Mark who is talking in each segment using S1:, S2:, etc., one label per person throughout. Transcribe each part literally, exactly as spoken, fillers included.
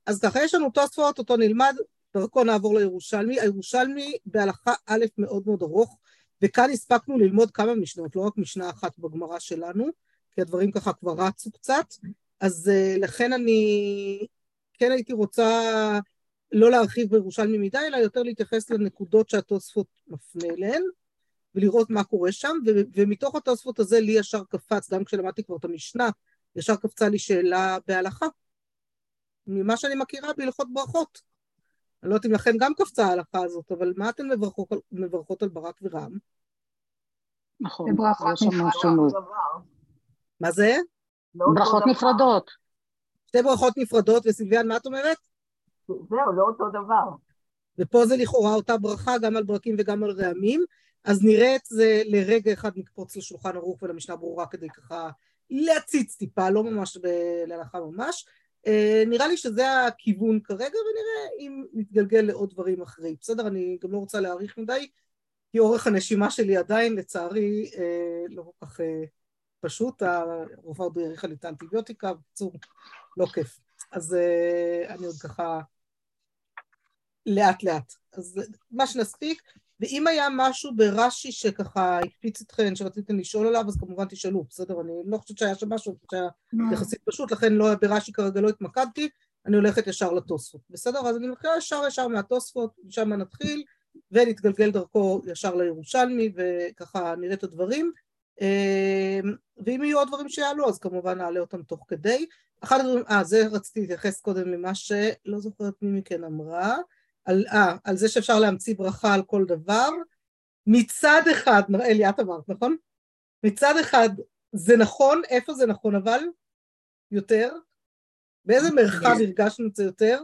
S1: אז ככה, יש לנו תוספות, אותו נלמד, דרכו נעבור לירושלמי. הירושלמי בהלכה א' מאוד מאוד ארוך, וכאן הספקנו ללמוד כמה משנות, לא רק משנה אחת בגמרא שלנו, כי הדברים ככה כבר רצו קצת, אז uh, לכן אני כן הייתי רוצה לא להרחיב בירושלמי מדי, אלא יותר להתייחס לנקודות שהתוספות מפנה אליהן, ולראות מה קורה שם, ו- ומתוך התוספות הזה לי ישר קפץ, גם כשלמדתי כבר את המשנה, ישר קפצה לי שאלה בהלכה, ממה שאני מכירה בהלכות ברכות. אני לא יודעת אם לכן גם קפצה ההלכה הזאת, אבל מה אתן מברכות, מברכות על ברק ורם?
S2: נכון, יש שם שונות.
S1: מה זה?
S2: ברכות נפרדות.
S1: שתי ברכות נפרדות, וסילביאן, מה את אומרת?
S3: זהו, לא אותו דבר.
S1: ופה זה לכאורה אותה ברכה, גם על ברקים וגם על רעמים, אז נראה את זה לרגע אחד נקפוץ לשולחן ערוך ולמשנה ברורה, כדי ככה להציץ טיפה, לא ממש להלכה ממש. נראה לי שזה הכיוון כרגע, ונראה אם נתגלגל לעוד דברים אחרים. בסדר, אני גם לא רוצה להאריך מדי, כי אורך הנשימה שלי עדיין, לצערי, לא כל כך פשוט, הרופאה עוד העריכה לי את האנטיביוטיקה, בקיצור, לא כיף. אז אני עוד ככה לאט לאט. אז מה שנספיק, ואם היה משהו ברש"י שככה הקפיץ אתכן, שרציתם לשאול עליו, אז כמובן תשאלו, בסדר? אני לא חושבת שהיה שם משהו, שהיה יחסית פשוט, לכן לא, ברש"י כרגע לא התמקדתי, אני הולכת ישר לתוספות, בסדר? אז אני מתחילה ישר ישר מהתוספות, משם נתחיל, ונתגלגל דרכו ישר לירושלמי, וככה נראה את הדברים, ואם יהיו עוד דברים שיעלו, אז כמובן נעלה אותם תוך כדי. אחד הדברים, אה, זה רציתי להתייחס קודם למה שלא זוכרת מי מכן אמרה, על, אה, על זה שאפשר להמציא ברכה על כל דבר. מצד אחד, אלי, את אמרת, נכון? מצד אחד זה נכון, איפה זה נכון, אבל יותר? באיזה מרחב הרגשנו את זה יותר?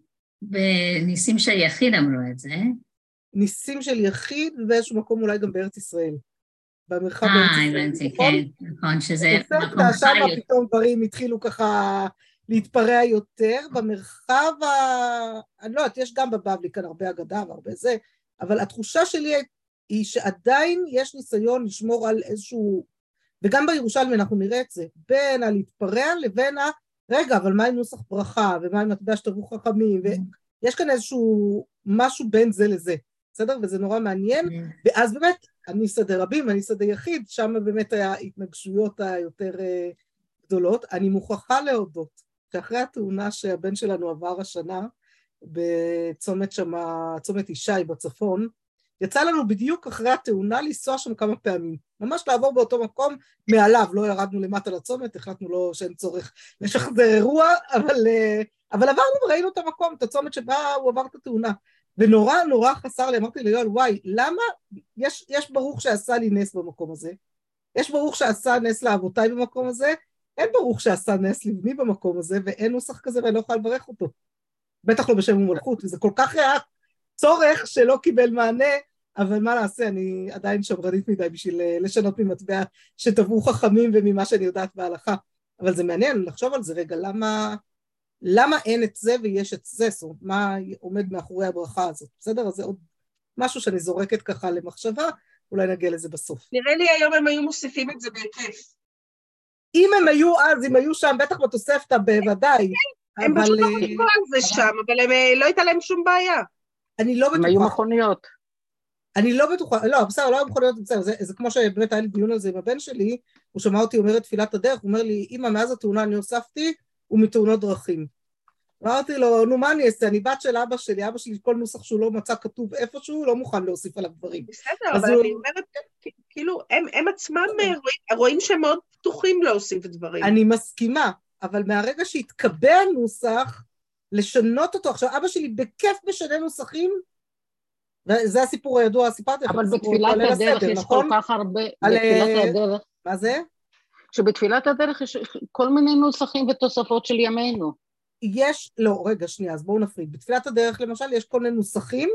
S4: בניסים של יחיד אמרו את זה.
S1: ניסים של יחיד, ובאיזשהו מקום אולי גם בארץ ישראל. במרחב
S4: אה,
S1: בארץ ישראל,
S4: הבנתי,
S1: נכון?
S4: כן, נכון, שזה
S1: מקום חי. שם פתאום דברים התחילו ככה להתפרע יותר, במרחב, ה... אני לא יודעת, יש גם בבבלי כאן הרבה אגדה והרבה זה, אבל התחושה שלי היא שעדיין יש ניסיון לשמור על איזשהו, וגם בירושלמי אנחנו נראה את זה, בין הלהתפרע לבין ה... רגע, אבל מה עם נוסח ברכה, ומה עם מטבע שתבעו חכמים, ויש כאן איזשהו משהו בין זה לזה, בסדר? וזה נורא מעניין, ואז באמת, אני שדה רבים, אני שדה יחיד, שם באמת היה התנגשויות היותר גדולות. אני מוכרחה להודות, שאחרי התאונה שהבן שלנו עבר השנה, בצומת שמה, צומת ישי בצפון, יצא לנו בדיוק אחרי התאונה לנסוע שם כמה פעמים, ממש לעבור באותו מקום מעליו, לא ירדנו למטה לצומת, החלטנו לו שאין צורך לשחזר אירוע, אבל, אבל עברנו וראינו את המקום, את הצומת שבה הוא עבר את התאונה, ונורא נורא חסר לי, אמרתי ליואל, וואי, למה, יש, יש ברוך שעשה לי נס במקום הזה, יש ברוך שעשה נס לאבותיי במקום הזה, אין ברוך שעשה נס לבני במקום הזה, ואין נוסח כזה ואני לא יכולה לברך אותו, בטח לא בשם ומלכות, וזה כל כך היה צורך שלא קיבל מענה, אבל מה נעשה, אני עדיין שמרנית מדי בשביל לשנות ממטבע שטבעו חכמים וממה שאני יודעת בהלכה, אבל זה מעניין לחשוב על זה רגע, למה, למה אין את זה ויש את זה, זאת אומרת, מה עומד מאחורי הברכה הזאת, בסדר? אז זה עוד משהו שאני זורקת ככה למחשבה, אולי נגיע לזה בסוף.
S3: נראה לי היום הם היו מוסיפים את זה בהיקף.
S1: אם הם היו אז, אם היו שם, בטח בתוספתא בוודאי.
S3: הם פשוט לא חשבו על זה שם, אבל הם לא הייתה להם שום בעיה.
S1: אני לא בטוחה.
S2: הם היו מכוניות.
S1: אני לא בטוחה, לא, בסדר, לא היו מכוניות, בסדר, זה, זה כמו שבאמת היה לי דיון על זה עם הבן שלי, הוא שמע אותי אומרת תפילת הדרך, הוא אומר לי, אמא, מאז התאונה אני הוספתי, הוא מתאונות דרכים. אמרתי לו, נו, מה אני אעשה? אני בת של אבא שלי, אבא שלי, כל נוסח שהוא לא מצא כתוב איפשהו, לא מוכן להוסיף עליו דברים.
S3: בסדר, אבל הוא... אני אומרת, כאילו, הם, הם עצמם רואים, רואים שהם מאוד פתוחים להוסיף דברים.
S1: אני מסכימה, אבל מהרגע שהתקבע נוסח, לשנות אותו, עכשיו, אבא שלי בכיף משנה נוסחים, וזה הסיפור הידוע, סיפרתי.
S2: אבל בתפילת הדרך יש כל כך הרבה, בתפילת הדרך.
S1: מה זה?
S2: שבתפילת הדרך יש כל מיני נוסחים ותוספות של ימינו.
S1: יש, לא, רגע, שנייה, אז בואו נפריד. בתפילת הדרך, למשל, יש כל מיני נוסחים.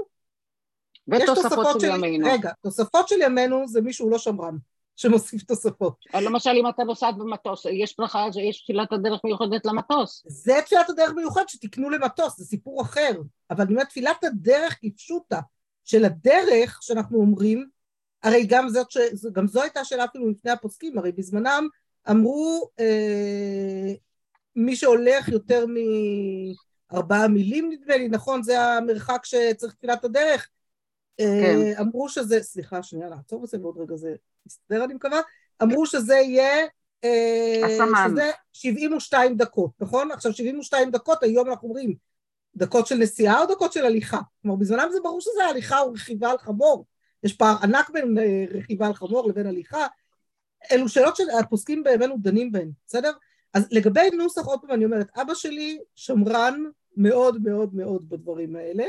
S2: ותוספות של ימינו.
S1: רגע, תוספות של ימינו זה מישהו לא שמרן, שמוסיף תוספות.
S2: למשל, אם אתה נוסעת במטוס, יש ברכה, יש תפילת הדרך מיוחדת למטוס.
S1: זה תפילת הדרך מיוחד שתקנו למטוס, זה סיפור אחר. אבל אני אומרת, תפילת הדרך היא פשוטה. של הדרך שאנחנו אומרים, הרי גם, זאת ש... גם זו הייתה שאלה אפילו לפני הפוסקים, הרי בזמנם אמרו, אה, מי שהולך יותר ארבעה מילים נדמה לי, נכון? זה המרחק שצריך תפילת הדרך.
S2: כן.
S1: אמרו שזה, סליחה, שנייה, לעצור את זה ועוד רגע זה יסתדר, אני מקווה. אמרו שזה יהיה,
S2: הסמן.
S1: שזה שבעים ושתיים דקות, נכון? עכשיו שבעים ושתיים דקות, היום אנחנו אומרים, דקות של נסיעה או דקות של הליכה? כלומר, בזמנם זה ברור שזה הליכה או רכיבה על חמור. יש פער ענק בין רכיבה על חמור לבין הליכה. אלו שאלות שהפוסקים בימינו דנים בהן, בסדר? אז לגבי נוסח, עוד פעם אני אומרת, אבא שלי שמרן מאוד מאוד מאוד בדברים האלה,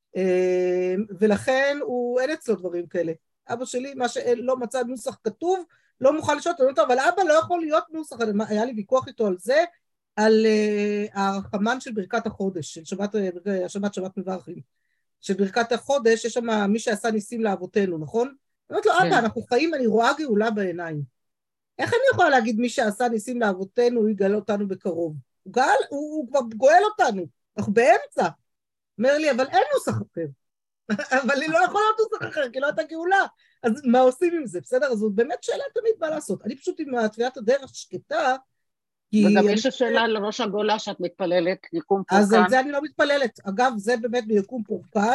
S1: ולכן הוא, אין אצלו דברים כאלה. אבא שלי, מה שלא מצא נוסח כתוב, לא מוכן לשאול אותו, אבל אבא לא יכול להיות נוסח, היה לי ויכוח איתו על זה, על הרחמן של ברכת החודש, של שבת, השבת שבת מברכים. של ברכת החודש, יש שם מי שעשה ניסים לאבותינו, נכון? אני אומרת לו, אבא, אנחנו חיים, אני רואה גאולה בעיניים. איך אני יכולה להגיד מי שעשה ניסים לאבותינו, הוא יגאל אותנו בקרוב? הוא גאל, הוא, הוא כבר גואל אותנו, אנחנו באמצע. אומר לי, אבל אין נוסח אחר. אבל לי לא יכול להיות נוסח אחר, כי לא הייתה גאולה. אז מה עושים עם זה? בסדר? אז זאת באמת שאלה תמיד מה לעשות. אני פשוט עם תביעת הדרך שקטה,
S2: וגם יש השאלה על ראש הגולה שאת מתפללת, יקום פורקן.
S1: אז על זה אני לא מתפללת. אגב, זה באמת ביקום פורקן,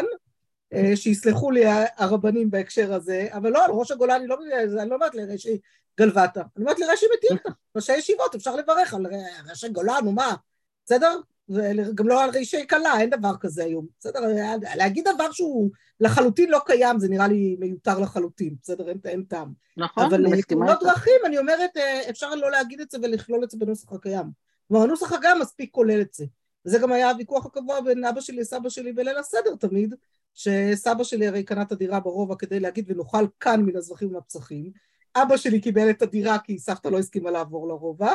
S1: שיסלחו לי הרבנים בהקשר הזה, אבל לא, על ראש הגולה אני לא, אני לא אומרת לראשי גלבטה, אני אומרת לראשי מתירתא, ראשי ישיבות, אפשר לברך על ראשי גולה, נו מה, בסדר? גם לא על ראשי קלה, אין דבר כזה היום, בסדר? להגיד דבר שהוא לחלוטין לא קיים, זה נראה לי מיותר לחלוטין, בסדר? אין, אין טעם.
S2: נכון,
S1: אבל תאונות דרכים, אני אומרת, אפשר לא להגיד את זה ולכלול את זה בנוסח הקיים. כלומר, הנוסח הקיים מספיק כולל את זה. וזה גם היה הוויכוח הקבוע בין אבא שלי לסבא שלי בליל הסדר תמיד, שסבא שלי הרי קנה את הדירה ברובע כדי להגיד ונאכל כאן מן הזרחים ומהפצחים. אבא שלי קיבל את הדירה כי סבתא לא הסכימה לעבור לרובע,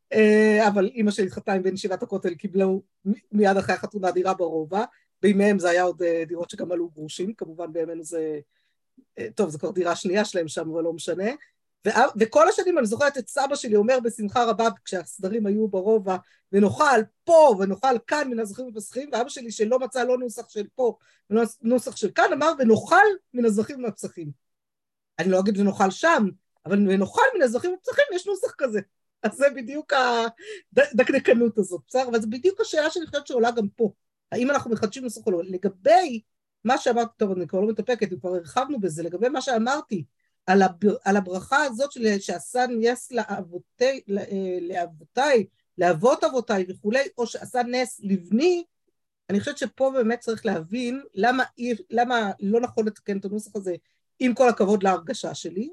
S1: אבל אמא שלי התחתנה עם בן ישיבת הכותל, קיבלו מיד אחרי החתונה דירה ברובע, בימיהם זה היה עוד דירות שגם עלו גרושים, כמובן בימינו זה, טוב, זה כבר דירה שנייה שלהם שם, אבל לא משנה, וכל השנים אני זוכרת את סבא שלי אומר בשמחה רבה, כשהסדרים היו ברובע, ונאכל פה ונאכל כאן מן הזרחים ומהפצחים, ואבא שלי שלא מצא לא נוסח של פה, נוסח של כאן, אמר ונאכל מן הזרחים ומהפצחים. אני לא אגיד ונאכל שם, אבל ונאכל מן הזרחים ומהפצחים, יש נוסח כזה. אז זה בדיוק הדקדקנות הזאת, בסדר? אבל זה בדיוק השאלה שאני חושבת שעולה גם פה. האם אנחנו מחדשים נוסח או לא? לגבי מה שאמרתי, טוב, אני כבר לא מתאפקת, כבר הרחבנו בזה, לגבי מה שאמרתי, על, הבר, על הברכה הזאת של, שעשה נס לאבותי, לאבותיי, לאבות אבותיי וכולי, או שעשה נס לבני, אני חושבת שפה באמת צריך להבין למה, למה לא נכון לתקן את הנוסח הזה, עם כל הכבוד להרגשה שלי,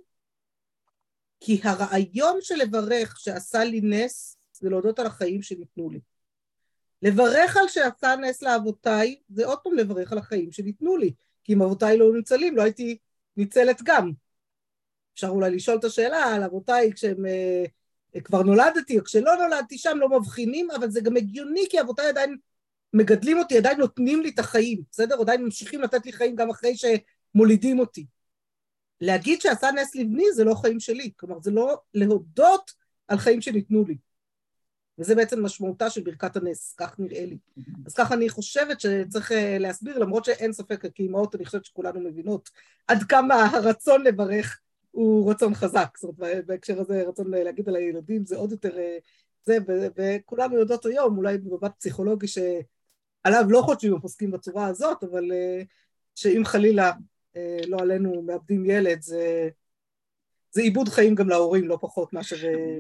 S1: כי הרעיון של לברך שעשה לי נס, זה להודות על החיים שניתנו לי. לברך על שעשה נס לאבותיי, זה עוד פעם לברך על החיים שניתנו לי, כי אם אבותיי לא ניצלים, לא הייתי ניצלת גם. אפשר אולי לשאול את השאלה על אבותיי כשהם אה, כבר נולדתי, או כשלא נולדתי שם לא מבחינים, אבל זה גם הגיוני, כי אבותיי עדיין מגדלים אותי, עדיין נותנים לי את החיים, בסדר? עדיין ממשיכים לתת לי חיים גם אחרי שמולידים אותי. להגיד שעשה נס לבני זה לא חיים שלי, כלומר זה לא להודות על חיים שניתנו לי. וזה בעצם משמעותה של ברכת הנס, כך נראה לי. אז כך אני חושבת שצריך להסביר, למרות שאין ספק, כי אמאות אני חושבת שכולנו מבינות, עד כמה הרצון לברך הוא רצון חזק, זאת אומרת, בהקשר הזה רצון להגיד על הילדים, זה עוד יותר, זה, וכולנו יודעות היום, אולי במבט פסיכולוגי שעליו לא חושבים ופוסקים בצורה הזאת, אבל שאם חלילה לא עלינו מאבדים ילד, זה, זה איבוד חיים גם להורים, לא פחות מאשר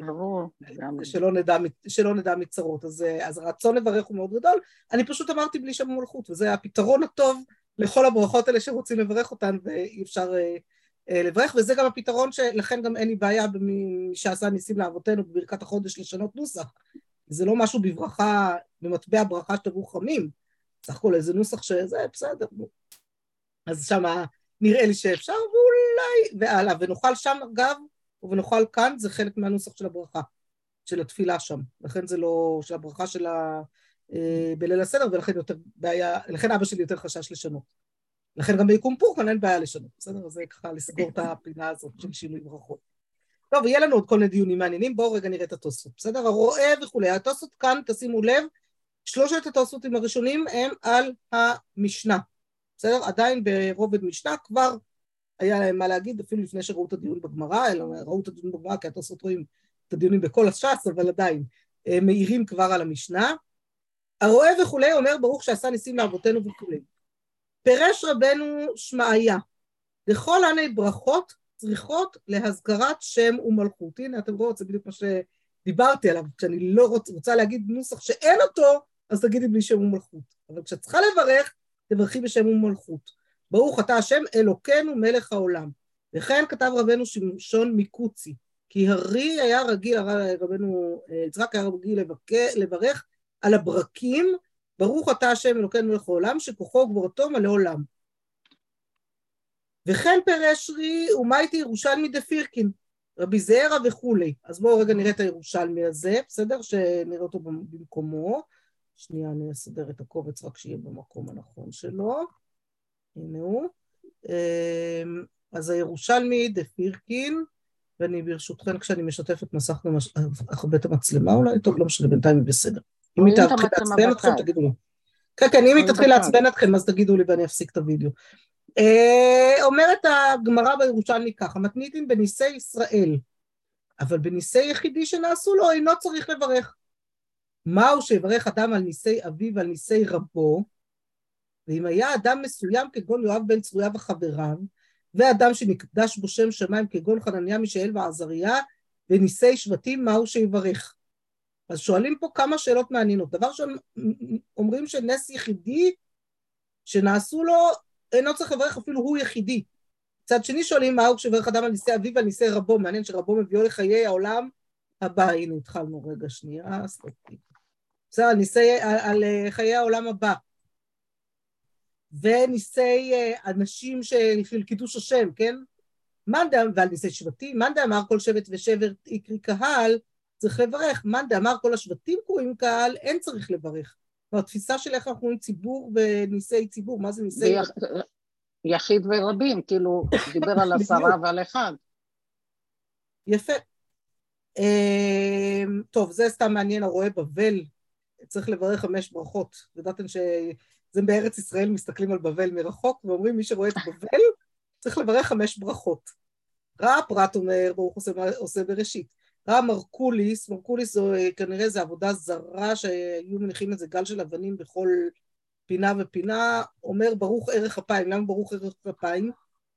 S1: שלא נדע, שלא נדע מצרות. אז, אז הרצון לברך הוא מאוד גדול. אני פשוט אמרתי בלי שם מלכות, וזה הפתרון הטוב לכל הברכות האלה שרוצים לברך אותן, ואי אפשר לברך, וזה גם הפתרון שלכן גם אין לי בעיה במי שעשה ניסים לאבותינו בברכת החודש לשנות נוסח. זה לא משהו בברכה, במטבע ברכה שתבוא חמים, סך הכל איזה נוסח שזה בסדר. אז שמה נראה לי שאפשר, ואולי, והלאה, ונאכל שם אגב, ונאכל כאן, זה חלק מהנוסח של הברכה, של התפילה שם, לכן זה לא, של הברכה של ה... בליל הסדר, ולכן יותר בעיה, לכן אבא שלי יותר חשש לשנות. לכן גם ביקום פורקן אין בעיה לשנות, בסדר? אז זה ככה לסגור את הפינה הזאת של שינוי ברכות. טוב, יהיה לנו עוד כל מיני דיונים מעניינים, בואו רגע נראה את התוספות, בסדר? הרואה וכולי, התוספות כאן, תשימו לב, שלושת התוספותים הראשונים הם על המשנה. בסדר? עדיין ברובד משנה כבר היה להם מה להגיד, אפילו לפני שראו את הדיון בגמרא, אלא ראו את הדיון בגמרא, כי התוספות רואים את הדיונים בכל הש"ס, אבל עדיין מאירים כבר על המשנה. הרואה וכולי אומר ברוך שעשה ניסים לאבותינו וכולי. פירש רבנו שמעיה, לכל עני ברכות צריכות להזכרת שם ומלכות. הנה אתם רואים, זה בדיוק מה שדיברתי עליו, כשאני לא רוצ, רוצה להגיד נוסח שאין אותו, אז תגידי בלי שם ומלכות. אבל כשאת צריכה לברך, תברכי בשם ומלכות. ברוך אתה השם אלוקינו מלך העולם. וכן כתב רבנו שמשון מקוצי, כי הרי היה רגיל, רבנו יצחק היה רגיל לברך על הברקים, ברוך אתה השם אלוקינו מלך העולם, שכוחו וגבורתו מלא עולם. וכן פירש רי, ומה הייתי ירושלמי דפירקין, רבי זעירא וכולי. אז בואו רגע נראה את הירושלמי הזה, בסדר? שנראה אותו במקומו. שנייה, אני אסדר את הקובץ רק שיהיה במקום הנכון שלו. הנה הוא. אז הירושלמי דפירקין, ואני ברשותכן כשאני משתפת מסך אכבה את המצלמה אולי, טוב, לא משנה, בינתיים היא בסדר. אם היא תתחיל לעצבן אתכם, תגידו לי. כן, כן, אם היא תתחיל לעצבן אתכם, אז תגידו לי ואני אפסיק את הוידאו. אומרת הגמרא בירושלמי ככה, מתניתין בניסי ישראל, אבל בניסי יחידי שנעשו לו אינו צריך לברך. מהו שיברך אדם על ניסי אביו ועל ניסי רבו, ואם היה אדם מסוים כגון יואב בן צרויה וחבריו, ואדם שנקדש בו שם שמיים כגון חנניה מישאל ועזריה, וניסי שבטים, מהו שיברך. אז שואלים פה כמה שאלות מעניינות. דבר שאומרים שנס יחידי שנעשו לו, אינו צריך לברך אפילו הוא יחידי. צד שני שואלים מהו כשיברך אדם על ניסי אביו ועל ניסי רבו, מעניין שרבו מביאו לחיי העולם הבא. הנה התחלנו רגע שנייה, סליחה. בסדר, על, ניסי, על, על חיי העולם הבא. וניסי אנשים של קידוש השם, כן? מאן דאמר, ועל ניסי שבטים, מאן דאמר כל שבט ושבט יקרי קהל, צריך לברך. מאן דאמר כל השבטים קוראים קהל, אין צריך לברך. והתפיסה של איך אנחנו רואים ציבור וניסי ציבור, מה זה ניסי?
S2: יחיד ורבים, כאילו דיבר על עשרה ועל אחד.
S1: יפה. טוב, זה סתם מעניין, הרואה בבל, צריך לברך חמש ברכות. יודעתם שזה בארץ ישראל, מסתכלים על בבל מרחוק, ואומרים מי שרואה את בבל, צריך לברך חמש ברכות. ראה פרט אומר, ברוך עושה, עושה בראשית. ראה מרקוליס, מרקוליס זו כנראה זו עבודה זרה, שהיו מניחים איזה גל של אבנים בכל פינה ופינה, אומר ברוך ערך אפיים. למה ברוך ערך אפיים?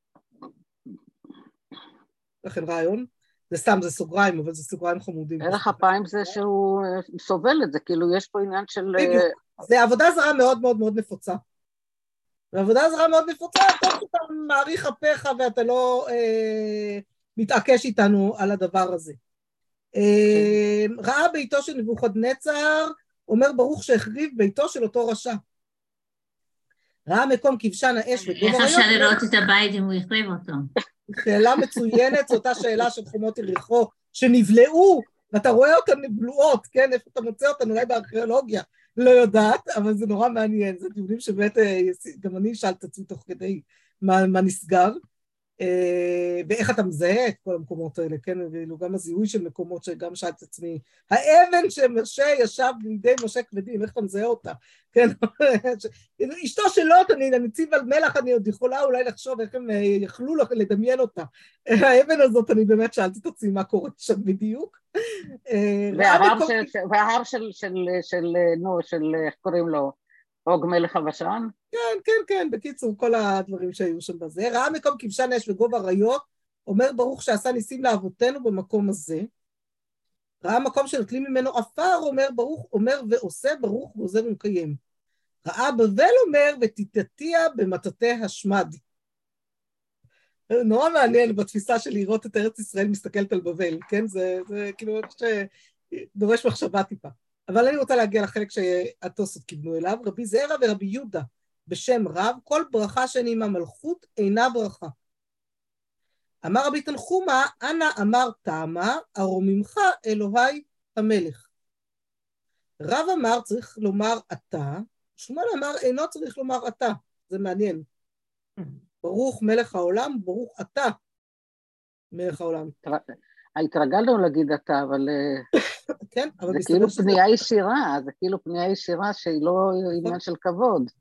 S1: לכן רעיון. זה סתם, זה סוגריים, אבל זה סוגריים חמודים.
S2: ערך אפיים זה שהוא סובל את זה, כאילו יש פה עניין של...
S1: בדיוק, זה עבודה זרה מאוד מאוד מאוד נפוצה. ועבודה זרה מאוד נפוצה, טוב שאתה מעריך אפיך ואתה לא אה, מתעקש איתנו על הדבר הזה. אה, ראה ביתו של נבוכדנצר, אומר ברוך שהחריב ביתו של אותו רשע. ראה מקום כבשן האש וגובה
S4: איך אפשר לראות את הבית אם הוא החריב אותו?
S1: שאלה מצוינת, זו אותה שאלה של חומות יריחו, שנבלעו, ואתה רואה אותן נבלועות, כן? איפה אתה מוצא אותן? אולי בארכיאולוגיה, לא יודעת, אבל זה נורא מעניין, זה טיעונים שבאמת, גם אני שאלת את עצמי תוך כדי מה, מה נסגר, ואיך אתה מזהה את כל המקומות האלה, כן? ואילו גם הזיהוי של מקומות שגם שאלת את עצמי, האבן שמשה ישב בידי משה כבדים, איך אתה מזהה אותה? כן? אשתו של לוט, אני נציב על מלח, אני עוד יכולה אולי לחשוב איך הם יכלו לדמיין אותה. האבן הזאת, אני באמת שאלתי את עצמי מה קורה שם בדיוק.
S2: וההר של, נו, של, איך קוראים לו? עוג מלך הבשן?
S1: כן, כן, כן, בקיצור, כל הדברים שהיו שם בזה. ראה מקום כבשן אש וגובה אריות, אומר ברוך שעשה ניסים לאבותינו במקום הזה. ראה מקום שנוטלים ממנו עפר, אומר ברוך, אומר ועושה ברוך גוזר ומקיים. ראה בבל אומר ותתתיה במטאטי השמד. נורא מעניין בתפיסה של לראות את ארץ ישראל מסתכלת על בבל, כן? זה, זה כאילו שדורש מחשבה טיפה. אבל אני רוצה להגיע לחלק שהתוספות קיבלו אליו, רבי זעירא ורבי יהודה בשם רב, כל ברכה שאין עמה מלכות אינה ברכה. אמר רבי תנחומא, אנא אמר תמה, ארוממך אלוהי המלך. רב אמר צריך לומר אתה, שמואל אמר אינו צריך לומר אתה, זה מעניין. ברוך מלך העולם, ברוך אתה מלך העולם.
S2: התרגלנו להגיד אתה, אבל...
S1: כן, אבל
S2: זה כאילו פנייה ישירה, זה כאילו פנייה ישירה שהיא לא עניין של כבוד.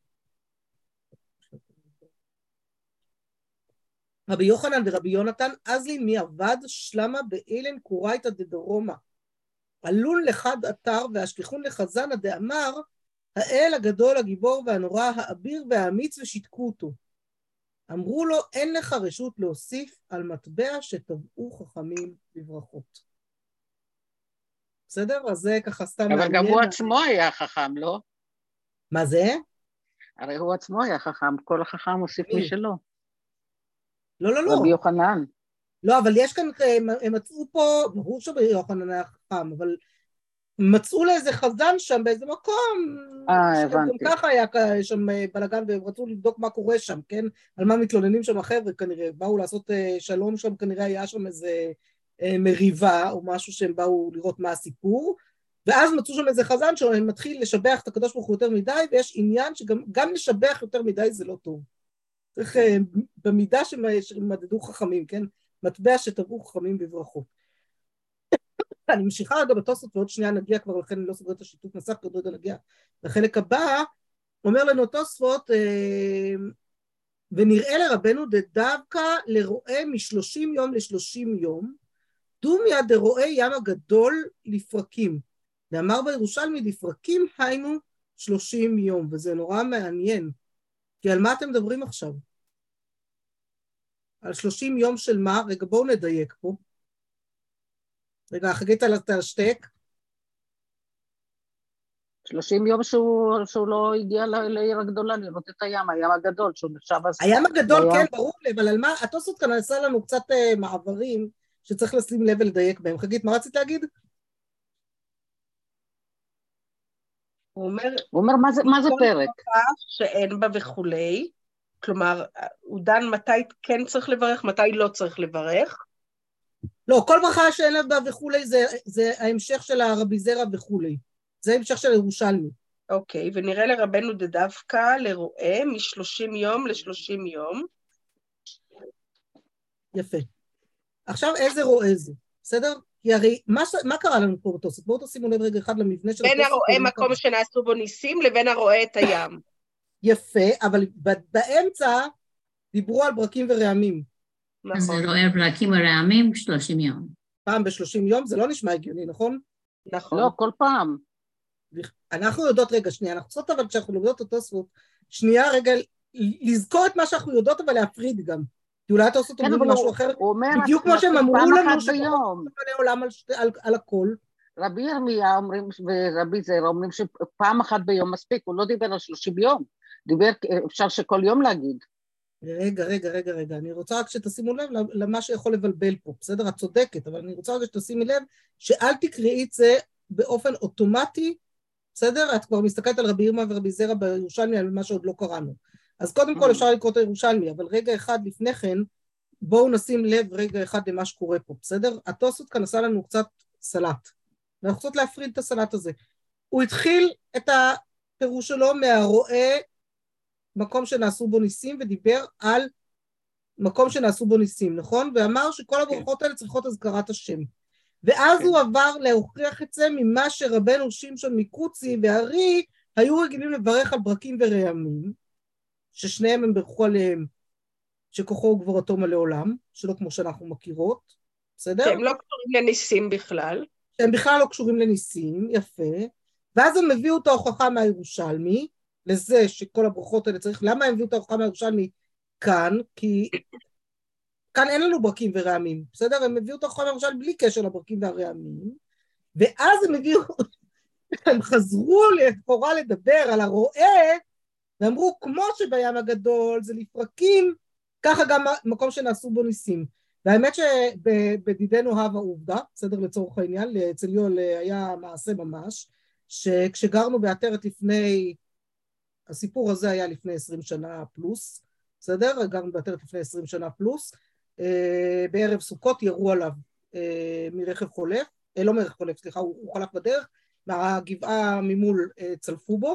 S1: רבי יוחנן ורבי יונתן, אז לי מי עבד שלמה באילן קורייתא דדרומה. עלון לחד אתר והשליחון לחזנה דאמר, האל הגדול, הגיבור והנורא, האביר והאמיץ, ושיתקו אותו. אמרו לו, אין לך רשות להוסיף על מטבע שטבעו חכמים בברכות. בסדר? אז זה ככה סתם
S2: אבל
S1: מעניין.
S2: גם הוא עצמו היה חכם, לא?
S1: מה זה?
S2: הרי הוא עצמו היה חכם, כל החכם הוסיף
S1: מי?
S2: משלו.
S1: לא, לא, לא.
S2: רבי יוחנן.
S1: לא, אבל יש כאן, הם, הם מצאו פה, ברור שרבי יוחנן היה חכם, אבל מצאו לאיזה חזן שם באיזה מקום,
S2: אה,
S1: שגם
S2: הבנתי.
S1: ככה היה שם בלגן, והם רצו לבדוק מה קורה שם, כן? על מה מתלוננים שם החבר'ה כנראה, באו לעשות שלום שם, כנראה היה שם איזה מריבה או משהו שהם באו לראות מה הסיפור, ואז מצאו שם איזה חזן שמתחיל לשבח את הקדוש ברוך הוא יותר מדי, ויש עניין שגם גם לשבח יותר מדי זה לא טוב. צריך במידה שמדדו חכמים, כן? מטבע שטבעו חכמים בברכות. אני ממשיכה רגע בתוספות, ועוד שנייה נגיע כבר, לכן אני לא סוגרת את השיתוף מסך, עוד רגע נגיע לחלק הבא, אומר לנו תוספות, ונראה לרבנו דווקא לרואה משלושים יום לשלושים יום, דומיה דרואה ים הגדול לפרקים. ואמר בירושלמי, לפרקים היינו שלושים יום, וזה נורא מעניין. כי על מה אתם מדברים עכשיו? על שלושים יום של מה? רגע, בואו נדייק פה. רגע, חגית על השתק.
S2: שלושים יום שהוא, שהוא לא הגיע לעיר הגדולה לראות את הים, הים הגדול, שהוא נחשב אז...
S1: הים הגדול,
S2: לים.
S1: כן, ברור לי, אבל על מה? התוספות כאן עשה לנו קצת uh, מעברים שצריך לשים לב ולדייק בהם. חגית, מה רצית להגיד?
S3: הוא אומר,
S2: הוא אומר, מה זה, מה זה
S3: כל
S2: פרק?
S3: ברכה שאין בה וכולי, כלומר, הוא דן מתי כן צריך לברך, מתי לא צריך לברך.
S1: לא, כל ברכה שאין לה בה וכולי, זה, זה ההמשך של הרבי זרע וכולי. זה ההמשך של ירושלמי.
S3: אוקיי, ונראה לרבנו דווקא לרואה מ-שלושים יום ל-שלושים יום.
S1: יפה. עכשיו איזה רואה זה, בסדר? כי הרי, מה, מה קרה לנו פה בתוספות? בואו תשימו לב רגע אחד למבנה של
S3: בין
S1: התוספות.
S3: הרואה מקום שנעשו בו ניסים לבין הרואה את הים.
S1: יפה, אבל באמצע דיברו על ברקים ורעמים.
S4: אז
S3: נכון,
S4: זה רואה ברקים ורעמים שלושים יום.
S1: פעם בשלושים יום, זה לא נשמע הגיוני, נכון?
S3: נכון.
S2: לא, כל פעם.
S1: אנחנו יודעות, רגע, שנייה, אנחנו צריכות אבל כשאנחנו לומדות את התוספות, שנייה, רגע, לזכור את מה שאנחנו יודעות, אבל להפריד גם. כי אולי התוספות
S2: כן,
S1: אומרים
S2: אבל
S1: משהו
S2: הוא-
S1: אחר,
S2: הוא אומר,
S1: בדיוק כמו שהם אמרו
S2: פעם
S1: לנו,
S2: אחת ביום.
S1: מלא עולם על, שתי, על, על הכל.
S2: רבי ירמיה אומרים, ורבי זרע אומרים שפעם אחת ביום מספיק, הוא לא דיבר על שלושים יום, דיבר, אפשר שכל יום להגיד.
S1: רגע, רגע, רגע, רגע, אני רוצה רק שתשימו לב למה שיכול לבלבל פה, בסדר? את צודקת, אבל אני רוצה רק שתשימי לב, שאל תקראי את זה באופן אוטומטי, בסדר? את כבר מסתכלת על רבי ירמיה ורבי זרע בירושלמי, על מה שעוד לא קראנו. אז קודם כל אפשר לקרוא את הירושלמי, אבל רגע אחד לפני כן, בואו נשים לב רגע אחד למה שקורה פה, בסדר? התוספות כאן עשה לנו קצת סלט, ואנחנו רוצות להפריד את הסלט הזה. הוא התחיל את הפירוש שלו מהרואה מקום שנעשו בו ניסים, ודיבר על מקום שנעשו בו ניסים, נכון? ואמר שכל הברכות האלה צריכות הזכרת השם. ואז כן. הוא עבר להוכיח את זה ממה שרבנו שמשון מקוצי והרי היו רגילים לברך על ברקים ורעמים, ששניהם הם ברכו עליהם שכוחו וגבורתו מלא עולם, שלא כמו שאנחנו מכירות, בסדר?
S3: שהם לא קשורים לניסים בכלל.
S1: שהם בכלל לא קשורים לניסים, יפה. ואז הם הביאו את ההוכחה מהירושלמי, לזה שכל הברכות האלה צריך, למה הם הביאו את ההוכחה מהירושלמי כאן? כי כאן אין לנו ברקים ורעמים, בסדר? הם הביאו את ההוכחה מהירושלמי בלי קשר לברקים והרעמים, ואז הם הביאו, הם חזרו לכאורה לדבר על הרואה, ואמרו, כמו שבים הגדול זה לפרקים, ככה גם מקום שנעשו בו ניסים. והאמת שבדידנו הווה עובדה, בסדר לצורך העניין, אצל יול היה מעשה ממש, שכשגרנו בעטרת לפני, הסיפור הזה היה לפני עשרים שנה פלוס, בסדר? גרנו בעטרת לפני עשרים שנה פלוס, בערב סוכות ירו עליו מרכב חולף, לא מרכב חולף, סליחה, הוא, הוא חלף בדרך, מהגבעה ממול צלפו בו,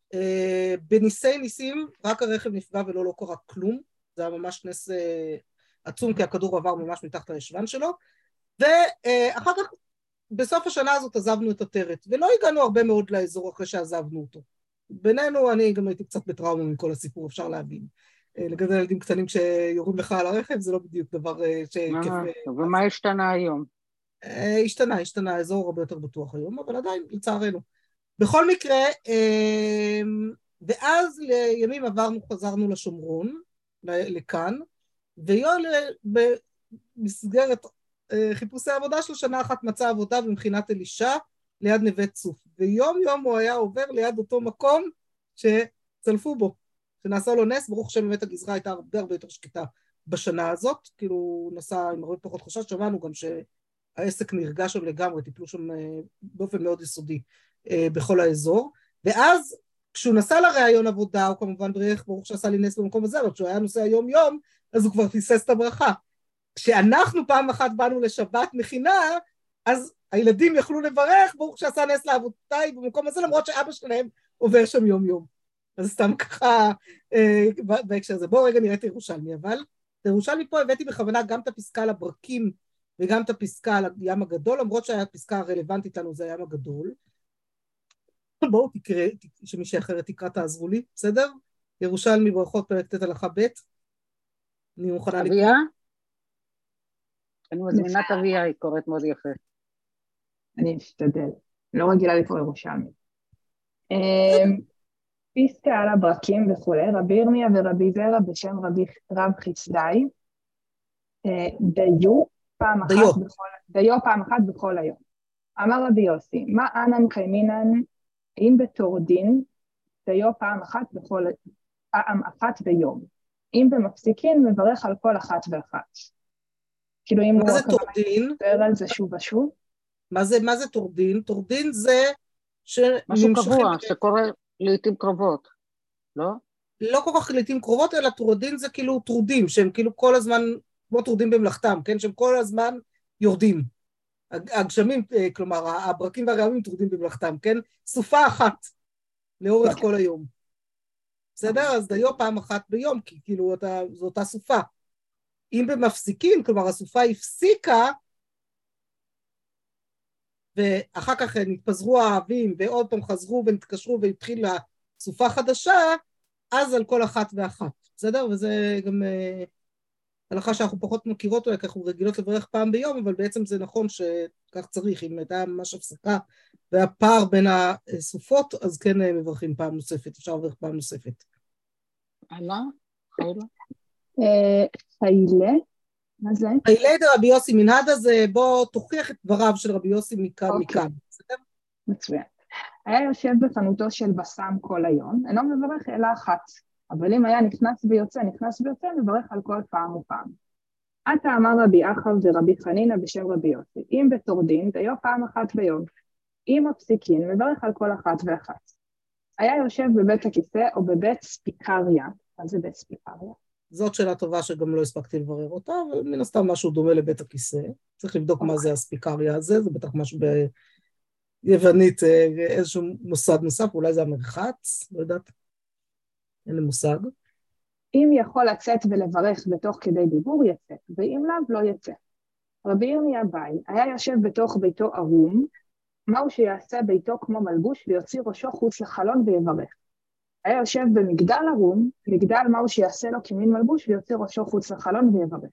S1: בניסי ניסים רק הרכב נפגע ולא לא קרה כלום, זה היה ממש נס עצום כי הכדור עבר ממש מתחת הישבן שלו, ואחר כך בסוף השנה הזאת עזבנו את עטרת, ולא הגענו הרבה מאוד לאזור אחרי שעזבנו אותו. בינינו אני גם הייתי קצת בטראומה מכל הסיפור, אפשר להבין. לגדל ילדים קטנים שיורים לך על הרכב, זה לא בדיוק דבר שכיף.
S2: ומה השתנה היום?
S1: השתנה, השתנה, האזור הרבה יותר בטוח היום, אבל עדיין, לצערנו. בכל מקרה, ואז לימים עברנו, חזרנו לשומרון, לכאן, ויואל במסגרת חיפושי עבודה של שנה אחת מצא עבודה במכינת אלישע ליד נווה צוף, ויום יום הוא היה עובר ליד אותו מקום שצלפו בו, שנעשה לו נס. ברוך השם באמת הגזרה הייתה הרבה הרבה יותר שקטה בשנה הזאת, כאילו הוא נסע עם הרבה פחות חשש. שמענו גם שהעסק נרגע שם לגמרי, טיפלו שם באופן מאוד יסודי בכל האזור, ואז כשהוא נסע לראיון עבודה, הוא כמובן ברך ברוך שעשה לי נס במקום הזה, אבל כשהוא היה נוסע יום יום, אז הוא כבר פיסס את הברכה. כשאנחנו פעם אחת באנו לשבת מכינה, אז הילדים יכלו לברך ברוך שעשה נס לעבודתיי במקום הזה, למרות שאבא שלהם עובר שם יום יום. אז סתם ככה אה, בהקשר הזה. בואו רגע נראה את ירושלמי, אבל את ירושלמי פה הבאתי בכוונה גם את הפסקה על הברקים, וגם את הפסקה על הים הגדול, למרות שהפסקה הרלוונטית לנו זה הים הגדול. בואו תקרא, שמישהי אחרת תקרא, תעזרו לי, בסדר? ירושלמי ברכות פרק ט' הלכה ב'. אני מוכנה לקרוא.
S2: אביה? אני מזמינה את אביה, היא קוראת מאוד יפה.
S5: אני אשתדל, לא רגילה לקרוא ירושלמי. פסקה על הברקים וכו', רבי ירמיה ורבי זרע בשם רבי רב חסדאי, דיו פעם אחת בכל, דיו פעם אחת בכל היום. אמר רבי יוסי, מה אנן קיימינן אם בתור דין, דיו פעם אחת בכל, פעם אחת ביום. אם במפסיקין, מברך על כל אחת ואחת. כאילו אם
S1: מה זה תורדין?
S5: מדבר על זה שוב ושוב.
S1: מה זה, מה זה תורדין? תורדין זה ש...
S2: משהו קבוע, שקורה לעתים קרובות, לא? לא
S1: כל כך לעתים קרובות, אלא תורדין זה כאילו טרודים, שהם כאילו כל הזמן, כמו טרודים במלאכתם, כן? שהם כל הזמן יורדים. הגשמים, כלומר, הברקים והרעמים טרודים במלאכתם, כן? סופה אחת לאורך כל היום. בסדר? אז דיו פעם אחת ביום, כי כאילו אתה, זו אותה סופה. אם במפסיקים, כלומר הסופה הפסיקה, ואחר כך נתפזרו האהבים, ועוד פעם חזרו ונתקשרו והתחילה סופה חדשה, אז על כל אחת ואחת. בסדר? וזה גם אה, הלכה שאנחנו פחות מכירות אולי, כי אנחנו רגילות לברך פעם ביום, אבל בעצם זה נכון שכך צריך, אם הייתה ממש הפסקה, והפער בין הסופות, אז כן מברכים פעם נוספת, אפשר לברך פעם נוספת.
S2: הלאה? חיילה?
S5: חיילה? מה זה?
S1: חיילה זה רבי יוסי מנהדה, זה בוא תוכיח את דבריו של רבי יוסי מכאן מכאן.
S5: מצוין. היה יושב בחנותו של בסם כל היום, אינו מברך אלא אחת, אבל אם היה נכנס ויוצא, נכנס ויוצא, מברך על כל פעם ופעם. עתה אמר רבי אחב ורבי חנינה בשם רבי יוסי, אם בתור דין, דיו פעם אחת ביום. אם הפסיקין, מברך על כל אחת ואחת. היה יושב בבית הכיסא או בבית ספיקריה. מה זה בית ספיקריה?
S1: זאת שאלה טובה שגם לא הספקתי לברר אותה, אבל מן הסתם משהו דומה לבית הכיסא. צריך לבדוק okay. מה זה הספיקריה הזה, זה בטח משהו ביוונית, איזשהו מוסד נוסף, אולי זה המרחץ, לא יודעת, אין לי מושג.
S5: אם יכול לצאת ולברך בתוך כדי דיבור, יצא, ואם לאו, לא יצא. רבי ירמיה ביי, היה יושב בתוך ביתו ערום, מהו שיעשה ביתו כמו מלבוש, ויוציא ראשו חוץ לחלון ויברך. היה יושב במגדל ערום, מגדל מהו שיעשה לו כמין מלבוש, ויוציא ראשו חוץ לחלון ויברך.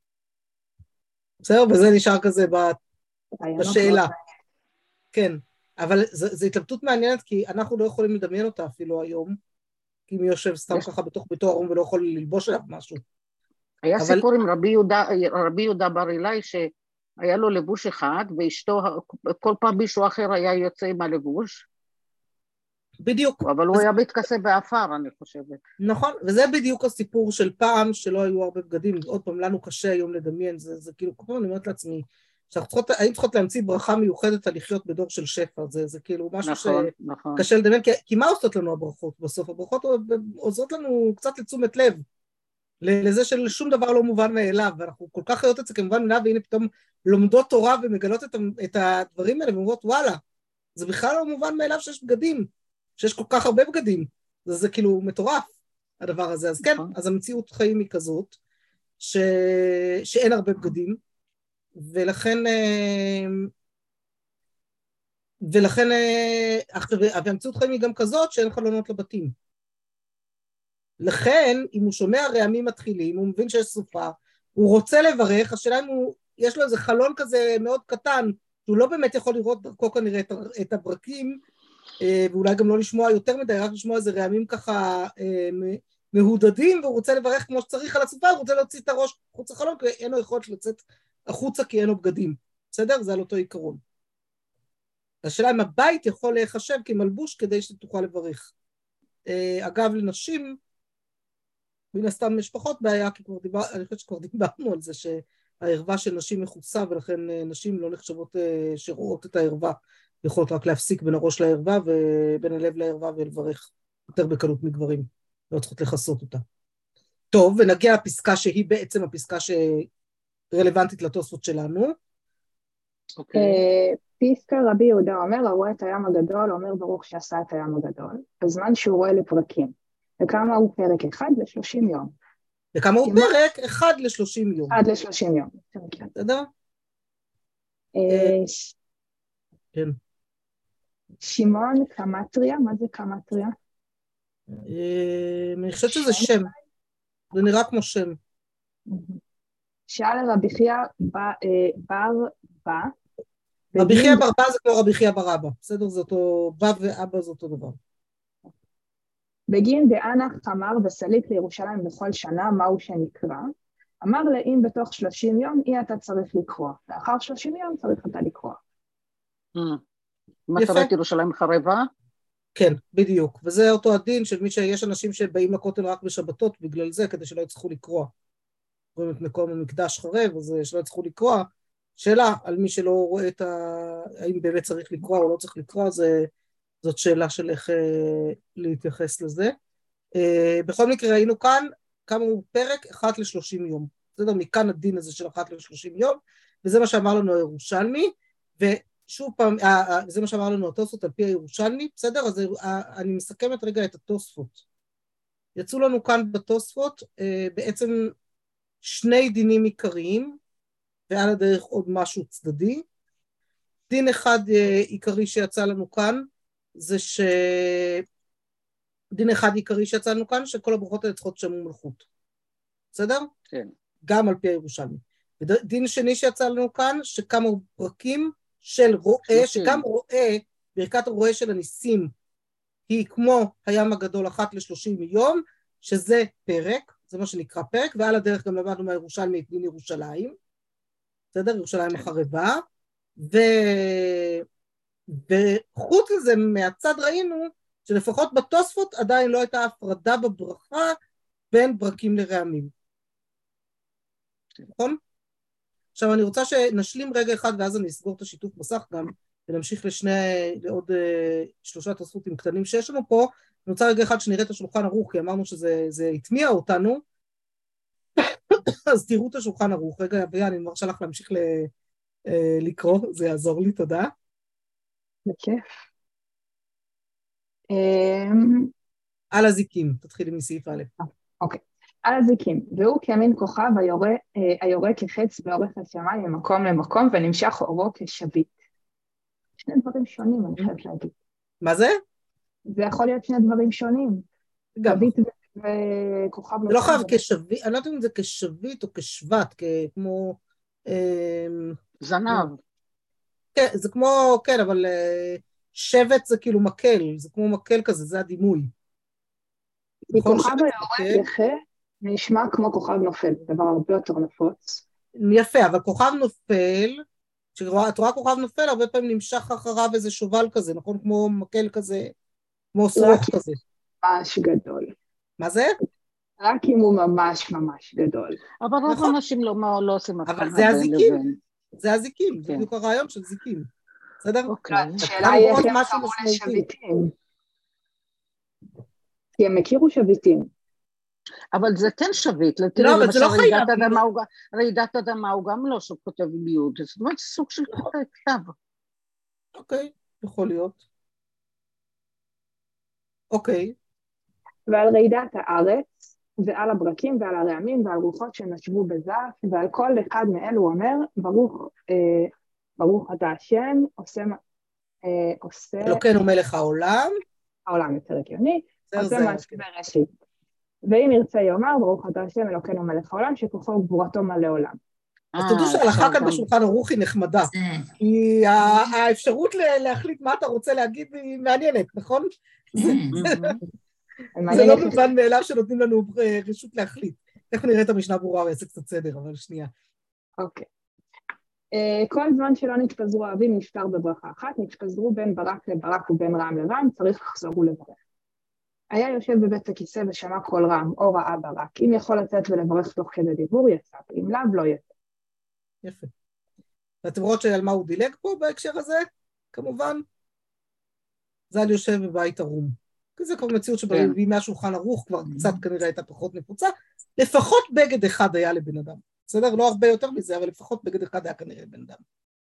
S1: בסדר, וזה נשאר כזה בשאלה. כן, אבל זו התלבטות מעניינת, כי אנחנו לא יכולים לדמיין אותה אפילו היום, כי מי יושב סתם ככה בתוך ביתו ערום ולא יכול ללבוש עליו משהו.
S2: היה סיפור עם רבי יהודה בר אילאי, שהיה לו לבוש אחד, ואשתו, כל פעם מישהו אחר היה יוצא עם הלבוש.
S1: בדיוק.
S2: אבל הוא היה מתכסה באפר, אני חושבת.
S1: נכון, וזה בדיוק הסיפור של פעם, שלא היו הרבה בגדים. עוד פעם, לנו קשה היום לדמיין, זה, זה כאילו, כל פעם אני אומרת לעצמי, שאנחנו צריכות, האם צריכות להמציא ברכה מיוחדת על לחיות בדור של שפע, זה, זה כאילו משהו
S2: נכון, נכון.
S1: שקשה לדמיין, כי, כי מה עושות לנו הברכות בסוף? הברכות עוזרות לנו קצת לתשומת לב, לזה של שום דבר לא מובן מאליו, ואנחנו כל כך חיות את זה כמובן מאליו, והנה פתאום לומדות תורה ומגלות את, את הדברים האלה, ואומרות וואלה, זה בכלל לא מובן מאליו שיש בגדים, שיש כל כך הרבה בגדים, זה, זה כאילו מטורף, הדבר הזה. אז כן, אז המציאות חיים היא כזאת, ש... שאין הרבה בגדים, ולכן, ולכן, והמציאות חיים היא גם כזאת, שאין חלונות לבתים. לכן, אם הוא שומע רעמים מתחילים, הוא מבין שיש סופה, הוא רוצה לברך, השאלה אם הוא, יש לו איזה חלון כזה מאוד קטן, שהוא לא באמת יכול לראות דרכו כנראה את הברקים, ואולי גם לא לשמוע יותר מדי, רק לשמוע איזה רעמים ככה מהודדים, והוא רוצה לברך כמו שצריך על הסופה, הוא רוצה להוציא את הראש חוץ החלון, כי אין לו יכולת לצאת החוצה כי אין לו בגדים. בסדר? זה על אותו עיקרון. השאלה אם הבית יכול להיחשב כמלבוש כדי שתוכל לברך. אגב, לנשים, מן הסתם משפחות בעיה, כי כבר דיבר, אני חושבת שכבר דיברנו על זה שהערווה של נשים מכוסה, ולכן נשים לא נחשבות שרואות את הערווה, יכולות רק להפסיק בין הראש לערווה ובין הלב לערווה ולברך יותר בקלות מגברים, לא צריכות לחסות אותה. טוב, ונגיע לפסקה שהיא בעצם הפסקה שרלוונטית לתוספות שלנו.
S5: אוקיי. פסקה רבי יהודה אומר, הרואה את הים הגדול, אומר ברוך שעשה את הים הגדול, בזמן שהוא רואה לפרקים. וכמה הוא פרק? אחד לשלושים יום.
S1: וכמה הוא פרק? אחד לשלושים יום.
S5: אחד לשלושים יום.
S1: בסדר? כן.
S5: שמעון קמטריה, מה זה קמטריה?
S1: אני חושבת שזה שם. זה נראה כמו שם.
S5: שאל רבי חייא בר בא.
S1: רבי חייא בר בא זה כמו רבי חייא בר אבא. בסדר? זה אותו, בא ואבא זה אותו דבר.
S5: בגין דאנה חמר וסליק לירושלים בכל שנה, מהו שנקרא? אמר לה, אם בתוך שלושים יום, אי אתה צריך לקרוא. לאחר שלושים יום צריך אתה לקרוא.
S2: מטרת ירושלים חרבה?
S1: כן, בדיוק. וזה אותו הדין של מי שיש אנשים שבאים לכותל רק בשבתות בגלל זה, כדי שלא יצטרכו לקרוא. רואים את מקום המקדש חרב, אז שלא יצטרכו לקרוא. שאלה על מי שלא רואה את ה... האם באמת צריך לקרוא או לא צריך לקרוא, זה... זאת שאלה של איך אה, להתייחס לזה. אה, בכל מקרה ראינו כאן כמה הוא פרק, אחת לשלושים יום. בסדר, מכאן הדין הזה של אחת לשלושים יום, וזה מה שאמר לנו הירושלמי, ושוב פעם, אה, אה, זה מה שאמר לנו התוספות על פי הירושלמי, בסדר? אז אה, אני מסכמת רגע את התוספות. יצאו לנו כאן בתוספות אה, בעצם שני דינים עיקריים, ועל הדרך עוד משהו צדדי. דין אחד אה, עיקרי שיצא לנו כאן, זה ש... דין אחד עיקרי שיצא לנו כאן, שכל הברכות האלה צריכות שם ומלכות. בסדר?
S2: כן.
S1: גם על פי הירושלמי. ודין שני שיצא לנו כאן, שכמה פרקים של רואה, שגם רואה, ברכת הרואה של הניסים, היא כמו הים הגדול אחת לשלושים יום, שזה פרק, זה מה שנקרא פרק, ועל הדרך גם למדנו מהירושלמי את דין ירושלים. בסדר? ירושלים החרבה. ו... וחוץ לזה, מהצד ראינו, שלפחות בתוספות עדיין לא הייתה הפרדה בברכה בין ברקים לרעמים. נכון? עכשיו אני רוצה שנשלים רגע אחד, ואז אני אסגור את השיתוף מסך גם, ונמשיך לשני, לעוד uh, שלושה תוספותים קטנים שיש לנו פה. אני רוצה רגע אחד שנראה את השולחן ערוך, כי אמרנו שזה התמיע אותנו, אז תראו את השולחן ערוך. רגע, אביה, אני מרשה לך להמשיך ל, uh, לקרוא, זה יעזור לי, תודה.
S5: בכיף.
S1: על הזיקים, תתחילי מסעיף א'.
S5: אוקיי. על הזיקים, והוא כמין כוכב היורה, היורה כחץ באורך השמיים ממקום למקום, ונמשך אורו כשביט. שני דברים שונים, אני חייבת להגיד.
S1: מה זה?
S5: זה יכול להיות שני דברים שונים.
S1: גם.
S5: שביט וכוכב...
S1: זה לא חייב כשביט, אני לא יודעת אם זה כשביט או כשבט, כמו...
S2: זנב.
S1: כן, זה כמו, כן, אבל שבט זה כאילו מקל, זה כמו מקל כזה, זה הדימוי.
S5: כוכב היורה יחה נשמע כמו כוכב נופל, דבר הרבה יותר נפוץ.
S1: יפה, אבל כוכב נופל, כשאת רואה כוכב נופל, הרבה פעמים נמשך אחריו איזה שובל כזה, נכון? כמו מקל כזה, כמו סרוק כזה.
S5: ממש גדול.
S1: מה זה?
S5: רק אם הוא ממש ממש גדול.
S2: אבל רוב אנשים לא עושים הבחנה בין לבין.
S1: אבל זה הזיקים. זה הזיקים, זה בדיוק הרעיון של זיקים. בסדר?
S5: השאלה היא איך הם קראו לשביטים. כי הם הכירו שביטים.
S2: אבל זה כן שביט.
S1: לא, אבל זה לא חייב.
S2: רעידת אדמה הוא גם לא שכותב עם יוד. זאת אומרת, סוג של כתב.
S1: אוקיי, יכול להיות. אוקיי.
S5: ועל רעידת הארץ, ועל הברקים ועל הרעמים ועל רוחות שנשבו בזף, ועל כל אחד מאלו הוא אומר, ברוך, אה, ברוך אתה השם, עושה, אה, עושה...
S1: אלוקינו מלך העולם.
S5: העולם יותר הגיוני, עושה מעשה בראשית. ואם ירצה יאמר, ברוך אתה השם, אלוקינו מלך העולם, שכוחו וגבורתו מלא עולם.
S1: אז תודו שההלכה כאן בשולחן ערוך היא נחמדה, כי האפשרות להחליט מה אתה רוצה להגיד היא מעניינת, נכון? זה לא מובן מאליו שנותנים לנו רשות להחליט. איך נראה את המשנה ברורה ויעשה קצת סדר, אבל שנייה.
S5: אוקיי. כל זמן שלא נתפזרו האבים נפטר בברכה אחת, נתפזרו בין ברק לברק ובין רם לרם, צריך לחזור ולברך. היה יושב בבית הכיסא ושמע קול רם, או ראה ברק. אם יכול לצאת ולברך תוך כדי דיבור, יצא, אם לאו לא יצא.
S1: יפה. ואתם רואות שעל מה הוא דילג פה בהקשר הזה? כמובן, זה על יושב בבית ערום. כי זה כבר מציאות שבימי השולחן ערוך כבר קצת כנראה הייתה פחות נפוצה, לפחות בגד אחד היה לבן אדם. בסדר? לא הרבה יותר מזה, אבל לפחות בגד אחד היה כנראה לבן אדם.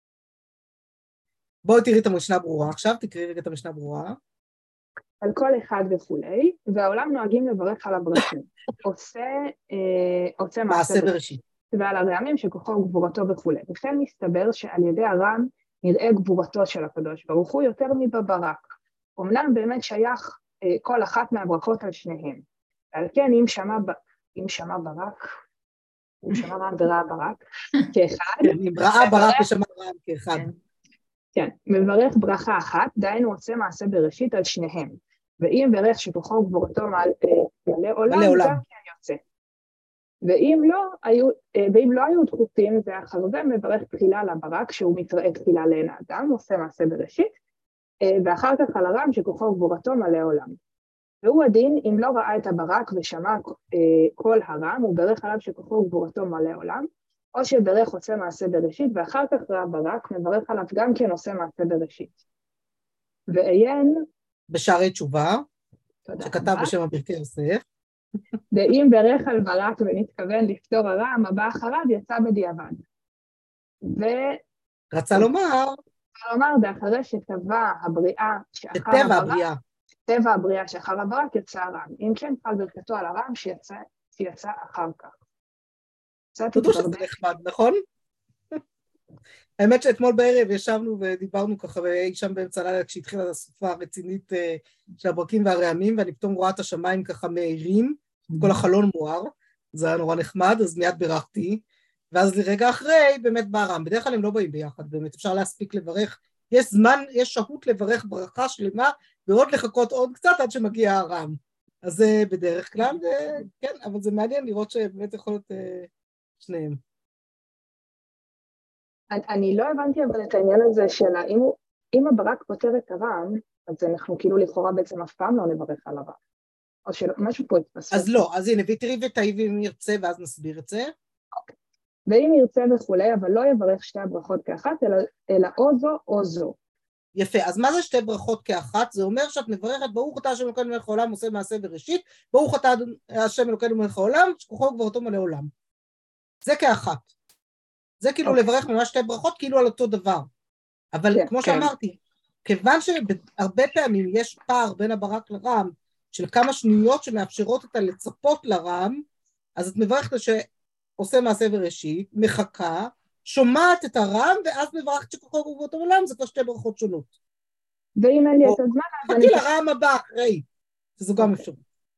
S1: בואי תראי את המשנה ברורה. עכשיו תקראי רגע את המשנה ברורה.
S5: על כל אחד וכולי, והעולם נוהגים לברך על הברכים. עושה, אה, עושה מעשה
S1: בראשית.
S5: ועל הרעמים שכוחו וגבורתו וכולי. וכן מסתבר שעל ידי הרם נראה גבורתו של הקדוש ברוך הוא יותר מבברק. אמנם באמת שייך אה, כל אחת מהברכות על שניהם. על כן אם שמע, אם שמע ברק, אם שמע רם וראה ברק, כאחד.
S1: אם ראה ברק ושמע רם כאחד.
S5: כן, מברך ברכה אחת, דהיינו עושה מעשה בראשית על שניהם. ואם ברך שכוחו וגבורתו מלא עולם, גם כן יוצא. ואם לא היו, ואם לא היו דחופים, זה החרבה מברך תחילה לברק, שהוא מתראה תחילה לעין האדם, עושה מעשה בראשית, ואחר כך על הרם שכוחו וגבורתו מלא עולם. והוא הדין, אם לא ראה את הברק ושמע כל הרם, הוא ברך עליו שכוחו וגבורתו מלא עולם, או שברך עושה מעשה בראשית, ואחר כך ראה ברק, מברך עליו גם כן עושה מעשה בראשית. ועיין...
S1: בשערי תשובה, שכתב בשם הברכי יוסף.
S5: ואם ברך על ברק ונתכוון לפתור הרם, הבא אחריו יצא בדיעבד. ו...
S1: רצה לומר...
S5: רצה לומר, זה אחרי שטבע הבריאה שאחר
S1: טבע
S5: הברק,
S1: הבריאה.
S5: טבע הבריאה שאחר הברק יצא הרם. אם כן, פעל ברכתו על הרם שיצא, שיצא אחר כך.
S1: תודו שזה נחמד, נכון? האמת שאתמול בערב ישבנו ודיברנו ככה, ואי שם באמצע הלילה כשהתחילה הסופה הרצינית של הברקים והרעמים, ואני פתאום רואה את השמיים ככה מהירים, כל החלון מואר, זה היה נורא נחמד, אז מיד בירכתי, ואז לרגע אחרי באמת בא הרם, בדרך כלל הם לא באים ביחד, באמת אפשר להספיק לברך, יש זמן, יש שהות לברך ברכה שלמה, ועוד לחכות עוד קצת עד שמגיע הרם, אז זה בדרך כלל, כן, אבל זה מעניין לראות שבאמת יכול להיות שניהם.
S5: אני לא הבנתי אבל את העניין הזה של האם אם הברק פותר את הרם, אז אנחנו כאילו לכאורה בעצם אף פעם לא נברך על הרם. או שמשהו פה יתפספס.
S1: אז לא, אז הנה, ותראי ותאי ואם ירצה, ואז נסביר את זה.
S5: אוקיי. ואם ירצה וכולי, אבל לא יברך שתי הברכות כאחת, אלא, אלא או זו או זו.
S1: יפה, אז מה זה שתי ברכות כאחת? זה אומר שאת מברכת, ברוך אתה השם אלוקינו מלך העולם, עושה מעשה בראשית, ברוך אתה השם אלוקינו מלך העולם, שכוחו וגבורתו מלא עולם. זה כאחת. זה כאילו okay. לברך ממש שתי ברכות, כאילו על אותו דבר. אבל yeah, כמו okay. שאמרתי, כיוון שהרבה פעמים יש פער בין הברק לרם, של כמה שניות שמאפשרות את הלצפות לרם, אז את מברכת שעושה מעשה בראשית, מחכה, שומעת את הרם, ואז מברכת שכוחו וגבורתו מלא עולם, זה כבר שתי ברכות שונות.
S5: ואם אין לי את הזמן, אז
S1: אני... חכי לרם הבא אחרי, שזו גם okay. אפשרות.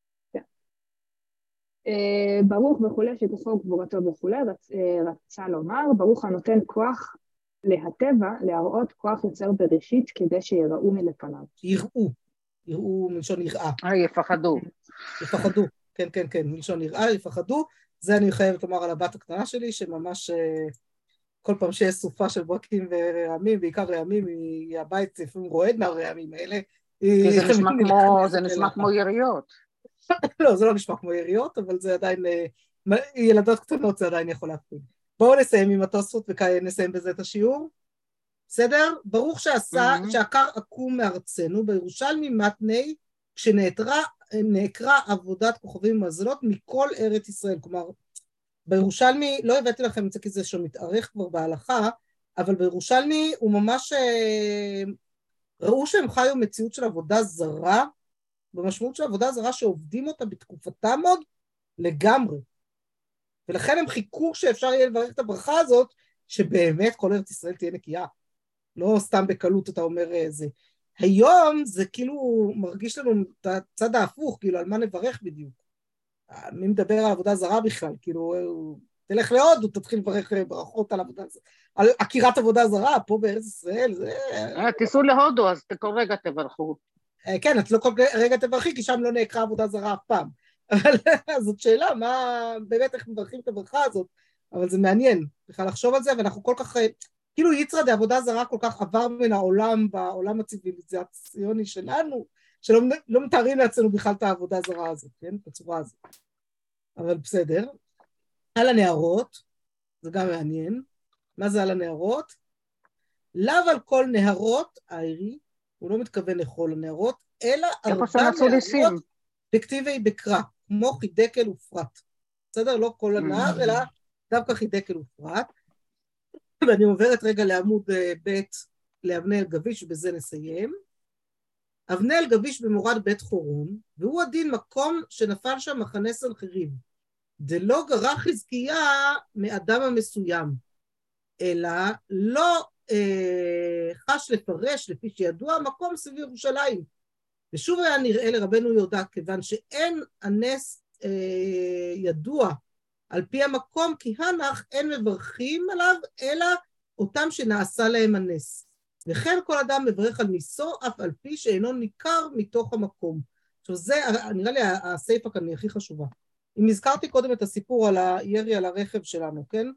S5: ברוך וכולי שכוחו וגבורתו וכולי, רצ, רצה לומר, ברוך הנותן כוח להטבע, להראות כוח יוצר בראשית, כדי שיראו מלפניו.
S1: יראו, יראו מלשון יראה.
S2: אה, יפחדו.
S1: יפחדו, כן, כן, כן, מלשון יראה, יפחדו. זה אני חייבת לומר על הבת הקטנה שלי, שממש כל פעם שיש סופה של ברקים ורעמים, בעיקר רעמים, היא הבית לפעמים רועד מהרעמים האלה.
S2: זה נשמע כמו, זה נשמע כמו יריות.
S1: לא, זה לא נשמע כמו יריות, אבל זה עדיין, ילדות קטנות זה עדיין יכול להפעיל. בואו נסיים עם התוספות ונסיים בזה את השיעור. בסדר? ברוך שעשה, שעקר עקום מארצנו, בירושלמי מתני, כשנעקרה עבודת כוכבים ומזלות מכל ארץ ישראל. כלומר, בירושלמי, לא הבאתי לכם את זה כי זה שמתארך כבר בהלכה, אבל בירושלמי הוא ממש, ראו שהם חיו מציאות של עבודה זרה, במשמעות של עבודה זרה שעובדים אותה בתקופתם עוד לגמרי. ולכן הם חיכו שאפשר יהיה לברך את הברכה הזאת, שבאמת כל ארץ ישראל תהיה נקייה. לא סתם בקלות אתה אומר זה. היום זה כאילו מרגיש לנו את הצד ההפוך, כאילו על מה נברך בדיוק. מי מדבר על עבודה זרה בכלל, כאילו תלך להודו, תתחיל לברך ברכות על עבודה זרה, על עקירת עבודה זרה, פה בארץ ישראל, זה...
S2: תיסעו להודו, אז כל רגע תברכו.
S1: כן, את לא כל רגע תברכי, כי שם לא נעקרה עבודה זרה אף פעם. אבל זאת שאלה, מה, באמת איך מברכים את הברכה הזאת, אבל זה מעניין, בכלל לחשוב על זה, ואנחנו כל כך, כאילו יצרה דה עבודה זרה כל כך עבר מן העולם, בעולם הציביליזציוני שלנו, שלא לא מתארים לעצמנו בכלל את העבודה זרה הזאת, כן? בצורה הזאת. אבל בסדר. על הנהרות, זה גם מעניין. מה זה על הנהרות? לאו על כל נהרות, איירי, הוא לא מתכוון לכל הנהרות, אלא על אותם נהרות בכתיבי בקרא, כמו חידקל ופרט. בסדר? לא כל הנהר, אלא דווקא חידקל ופרט. ואני עוברת רגע לעמוד ב' לאבני אלגביש, ובזה נסיים. אבני אלגביש במורד בית חורון, והוא הדין מקום שנפל שם מחנה סנחריב. דלא גרע חזקיה מאדם המסוים, אלא לא אה, חש לפרש, לפי שידוע, המקום סביב ירושלים. ושוב היה נראה לרבנו יהודה, כיוון שאין הנס אה, ידוע על פי המקום, כי הנח אין מברכים עליו, אלא אותם שנעשה להם הנס. וכן כל אדם מברך על ניסו, אף על פי שאינו ניכר מתוך המקום. עכשיו זה, נראה לי, הסייפה כאן היא הכי חשובה. אם הזכרתי קודם את הסיפור על הירי על הרכב שלנו, כן?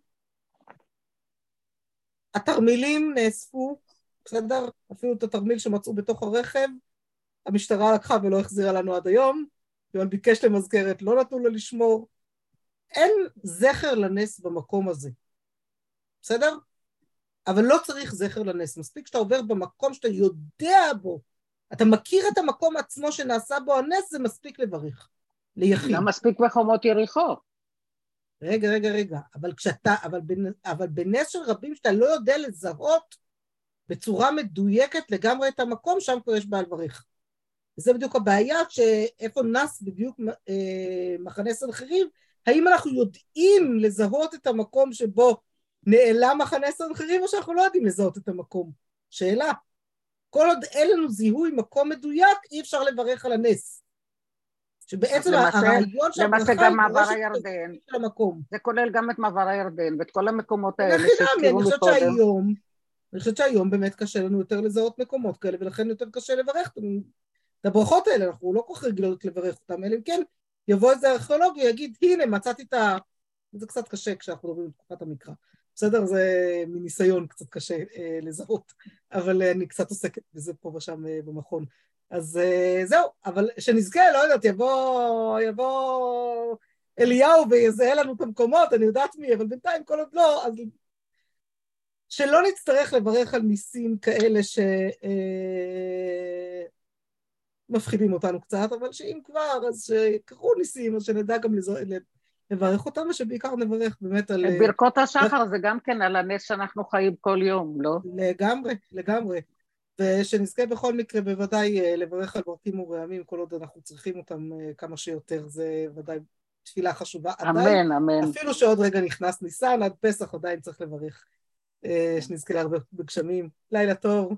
S1: התרמילים נאספו, בסדר? אפילו את התרמיל שמצאו בתוך הרכב, המשטרה לקחה ולא החזירה לנו עד היום, אבל ביקש למזכרת, לא נתנו לו לשמור. אין זכר לנס במקום הזה, בסדר? אבל לא צריך זכר לנס, מספיק שאתה עובר במקום שאתה יודע בו, אתה מכיר את המקום עצמו שנעשה בו הנס, זה מספיק לברך, ליחיד.
S2: גם מספיק בחומות יריחו.
S1: רגע, רגע, רגע, אבל כשאתה, אבל, אבל בנס של רבים שאתה לא יודע לזהות בצורה מדויקת לגמרי את המקום, שם כבר יש בעל ברך. וזה בדיוק הבעיה, שאיפה נס בדיוק אה, מחנה סנחריב, האם אנחנו יודעים לזהות את המקום שבו נעלם מחנה סנחריב, או שאנחנו לא יודעים לזהות את המקום? שאלה. כל עוד אין לנו זיהוי מקום מדויק, אי אפשר לברך על הנס. שבעצם הרעיון של
S2: למעשה גם מעבר הירדן,
S1: המקום.
S2: זה כולל גם את מעבר הירדן, ואת כל המקומות האלה
S1: שהזכירו לי קודם. שהיום, אני חושבת שהיום באמת קשה לנו יותר לזהות מקומות כאלה, ולכן יותר קשה לברך את הברכות האלה, אנחנו לא כל כך רגילות לברך אותם, אלא אם כן יבוא איזה ארכיאולוג ויגיד, הנה מצאתי את ה... זה קצת קשה כשאנחנו מדברים בתקופת המקרא. בסדר? זה מניסיון קצת קשה אה, לזהות, אבל אני קצת עוסקת בזה פה ושם אה, במכון. אז אה, זהו, אבל שנזכה, לא יודעת, יבוא, יבוא אליהו ויזהה לנו את המקומות, אני יודעת מי, אבל בינתיים כל עוד לא, אז שלא נצטרך לברך על ניסים כאלה ש... אה, מפחידים אותנו קצת, אבל שאם כבר, אז שקרו ניסים, אז שנדע גם לזהות, לברך אותם, ושבעיקר נברך באמת על...
S2: ברכות השחר זה גם כן על הנס שאנחנו חיים כל יום, לא?
S1: לגמרי, לגמרי. ושנזכה בכל מקרה בוודאי לברך על ברכים ורעמים, כל עוד אנחנו צריכים אותם כמה שיותר, זה ודאי תפילה חשובה.
S2: אמן, אמן.
S1: אפילו שעוד רגע נכנס ניסן, עד פסח עדיין צריך לברך. שנזכה להרבה בגשמים. לילה טוב.